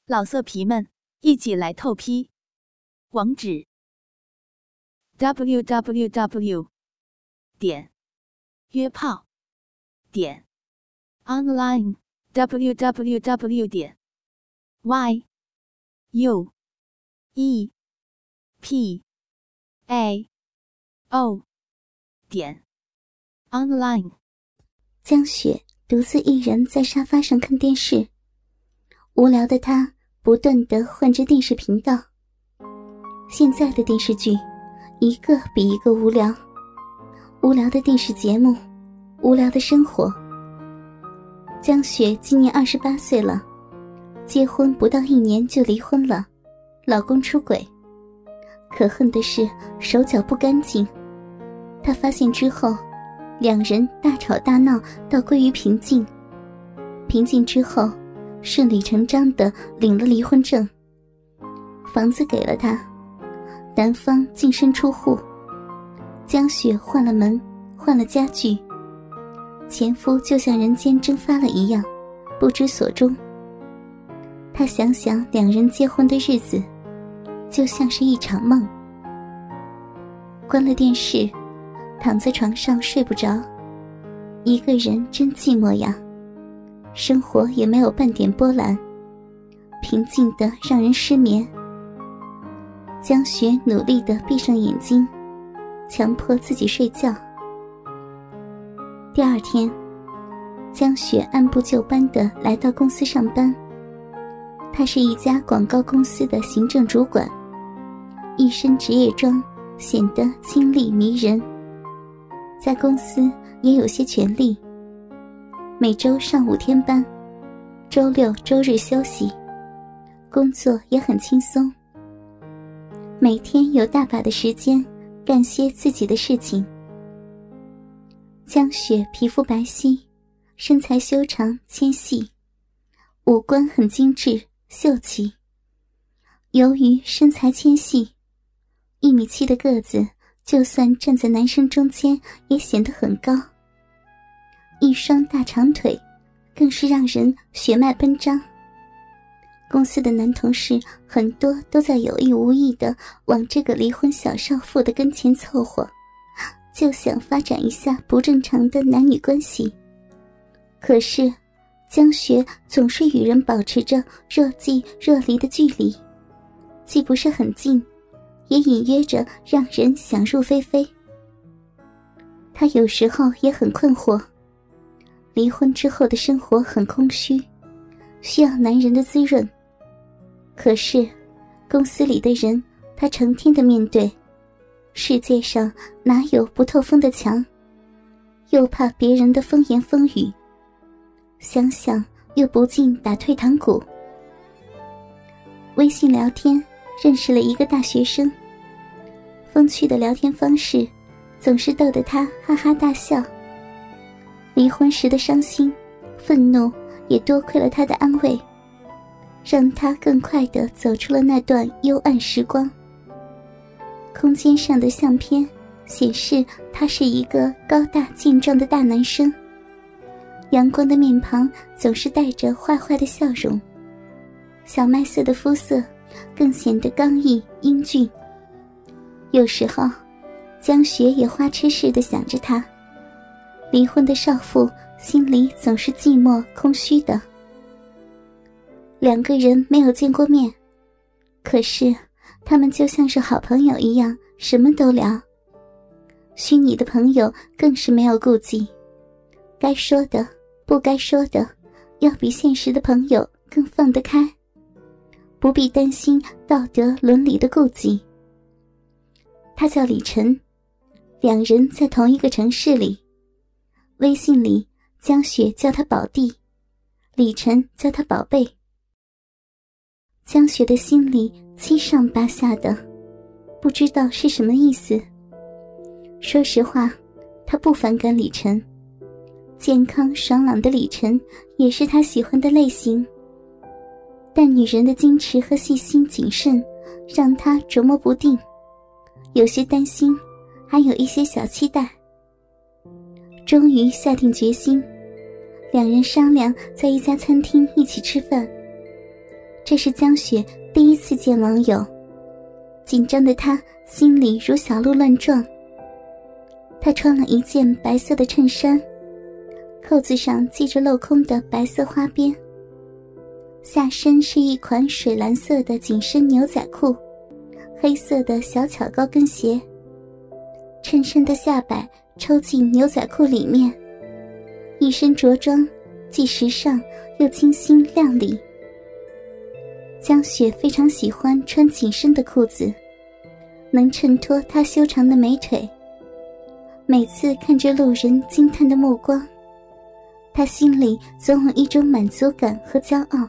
老色皮们，一起来透批！网址 www.约炮online www.yuepao.online。 江雪独自一人在沙发上看电视，无聊的她不断地换着电视频道。现在的电视剧一个比一个无聊，无聊的电视节目，无聊的生活。江雪今年28岁了，结婚不到1年就离婚了，老公出轨。可恨的是手脚不干净，她发现之后，两人大吵大闹到归于平静。平静之后，顺理成章地领了离婚证，房子给了他，男方净身出户，江雪换了门，换了家具，前夫就像人间蒸发了一样，不知所终。他想想两人结婚的日子，就像是一场梦。关了电视，躺在床上睡不着，一个人真寂寞呀，生活也没有半点波澜，平静得让人失眠。江雪努力地闭上眼睛，强迫自己睡觉。第二天，江雪按部就班地来到公司上班。她是一家广告公司的行政主管，一身职业装，显得清丽迷人。在公司也有些权利，每周上5天班，周六周日休息，工作也很轻松，每天有大把的时间干些自己的事情。江雪皮肤白皙，身材修长纤细，五官很精致秀气。由于身材纤细，1.7米的个子，就算站在男生中间也显得很高。一双大长腿更是让人血脉奔张。公司的男同事很多都在有意无意地往这个离婚小少妇的跟前凑合，就想发展一下不正常的男女关系。可是江雪总是与人保持着若即若离的距离，既不是很近，也隐约着让人想入非非。她有时候也很困惑，离婚之后的生活很空虚，需要男人的滋润。可是公司里的人她成天的面对，世界上哪有不透风的墙，又怕别人的风言风语，想想又不禁打退堂鼓。微信聊天认识了一个大学生，风趣的聊天方式总是逗得他哈哈大笑。离婚时的伤心愤怒也多亏了他的安慰，让他更快地走出了那段幽暗时光。空间上的相片显示他是一个高大健壮的大男生，阳光的面庞总是带着坏坏的笑容，小麦色的肤色更显得刚毅英俊。有时候江雪也花痴似的想着他，离婚的少妇心里总是寂寞空虚的。两个人没有见过面，可是他们就像是好朋友一样，什么都聊。虚拟的朋友更是没有顾忌，该说的不该说的要比现实的朋友更放得开，不必担心道德伦理的顾忌。他叫李晨，两人在同一个城市里。微信里江雪叫他宝弟，李晨叫他宝贝。江雪的心里七上八下的，不知道是什么意思。说实话，她不反感李晨，健康爽朗的李晨也是她喜欢的类型。但女人的矜持和细心谨慎让她琢磨不定，有些担心，还有一些小期待。终于下定决心，两人商量在一家餐厅一起吃饭。 这是江雪第一次见网友，紧张的她心里如小鹿乱撞。她穿了一件白色的衬衫，扣子上系着镂空的白色花边，下身是一款水蓝色的紧身牛仔裤，黑色的小巧高跟鞋。衬衫的下摆抽进牛仔裤里面，一身着装既时尚又清新亮丽。江雪非常喜欢穿紧身的裤子，能衬托她修长的美腿。每次看着路人惊叹的目光，她心里总有一种满足感和骄傲。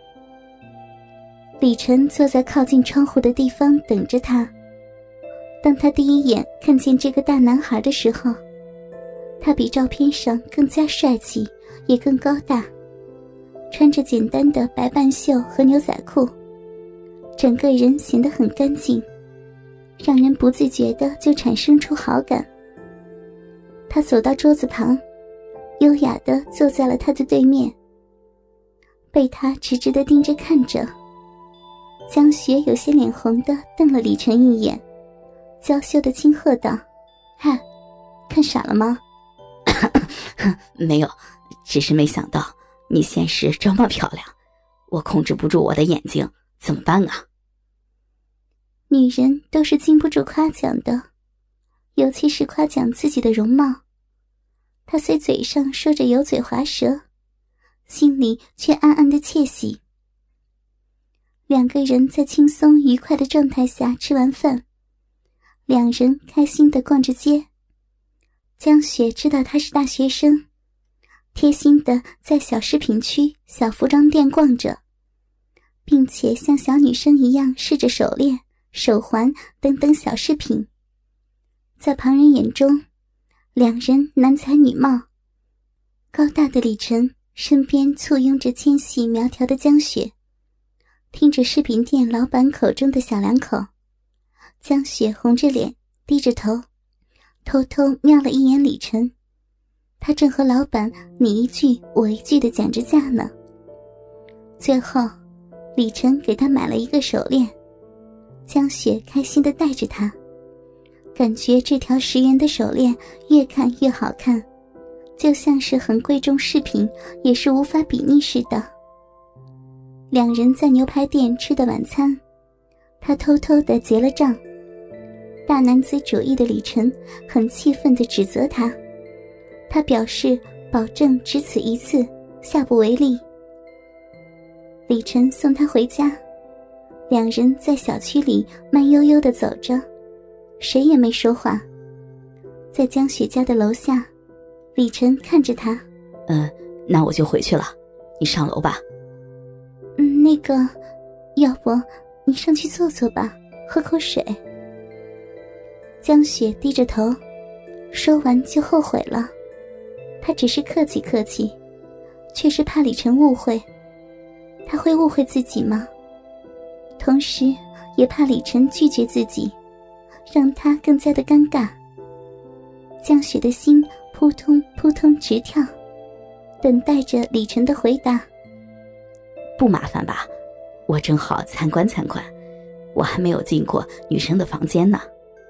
李晨坐在靠近窗户的地方等着她。当他第一眼看见这个大男孩的时候，他比照片上更加帅气，也更高大，穿着简单的白半袖和牛仔裤，整个人显得很干净，让人不自觉地就产生出好感。他走到桌子旁，优雅地坐在了他的对面，被他直直地盯着看着。江雪有些脸红地瞪了李晨一眼，娇羞地轻喝道：“嗨，看傻了吗？” 没有，只是没想到你现实这么漂亮，我控制不住我的眼睛，怎么办啊？ 女人都是经不住夸奖的，尤其是夸奖自己的容貌。她虽嘴上说着油嘴滑舌，心里却暗暗的窃喜。两个人在轻松愉快的状态下吃完饭，两人开心地逛着街。江雪知道他是大学生，贴心地在小饰品区、小服装店逛着，并且像小女生一样试着手链、手环等等小饰品。在旁人眼中，两人男才女貌。高大的李晨身边簇拥着纤细苗条的江雪，听着饰品店老板口中的小两口，江雪红着脸低着头，偷偷瞄了一眼李晨。他正和老板你一句我一句地讲着价呢。最后李晨给他买了一个手链，江雪开心地戴着它，感觉这条10元的手链越看越好看，就像是很贵重饰品也是无法比拟似的。两人在牛排店吃的晚餐，他偷偷地结了账。大男子主义的李晨很气愤地指责他，他表示保证只此一次，下不为例。李晨送他回家，两人在小区里慢悠悠地走着，谁也没说话。在江雪家的楼下，李晨看着他， 那我就回去了，你上楼吧。 那个，要不你上去坐坐吧，喝口水。江雪低着头，说完就后悔了。她只是客气客气，却是怕李晨误会。他会误会自己吗？同时也怕李晨拒绝自己，让他更加的尴尬。江雪的心扑通扑通直跳，等待着李晨的回答。 不麻烦吧，我正好参观参观，我还没有进过女生的房间呢。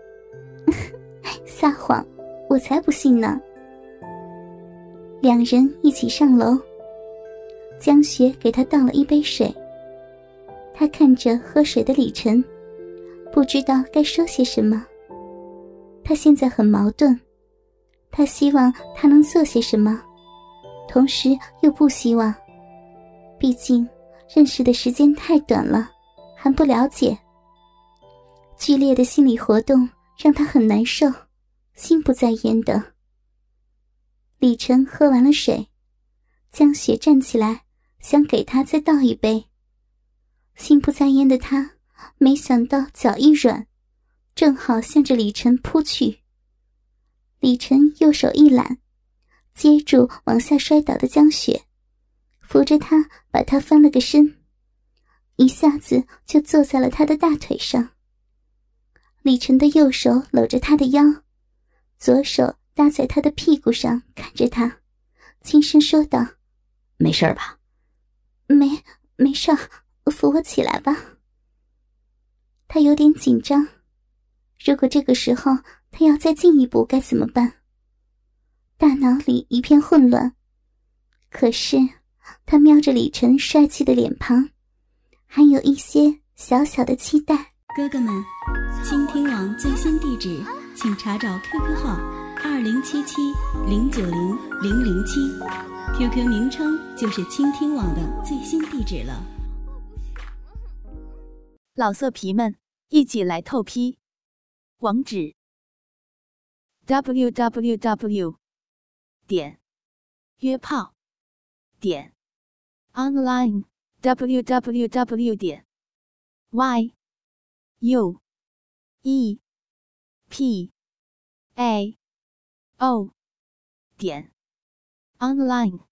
撒谎，我才不信呢。两人一起上楼，江雪给他倒了一杯水。他看着喝水的李晨，不知道该说些什么。他现在很矛盾，他希望他能做些什么，同时又不希望，毕竟认识的时间太短了，还不了解。剧烈的心理活动让他很难受，心不在焉的。李晨喝完了水，江雪站起来想给他再倒一杯。心不在焉的他没想到脚一软，正好向着李晨扑去。李晨右手一揽，接住往下摔倒的江雪，扶着他把他翻了个身，一下子就坐在了他的大腿上。李晨的右手搂着他的腰，左手搭在他的屁股上看着他，轻声说道：“ 没事吧？” 没事， 扶我起来吧。他有点紧张，如果这个时候他要再进一步该怎么办？大脑里一片混乱。可是他瞄着李晨帅气的脸庞，还有一些小小的期待。 哥哥们，倾听网最新地址请查找 QQ 号2077090007 ，QQ 名称就是倾听网的最新地址了。 老色皮们，一起来透批！网址 www.约炮online www.yuepao.online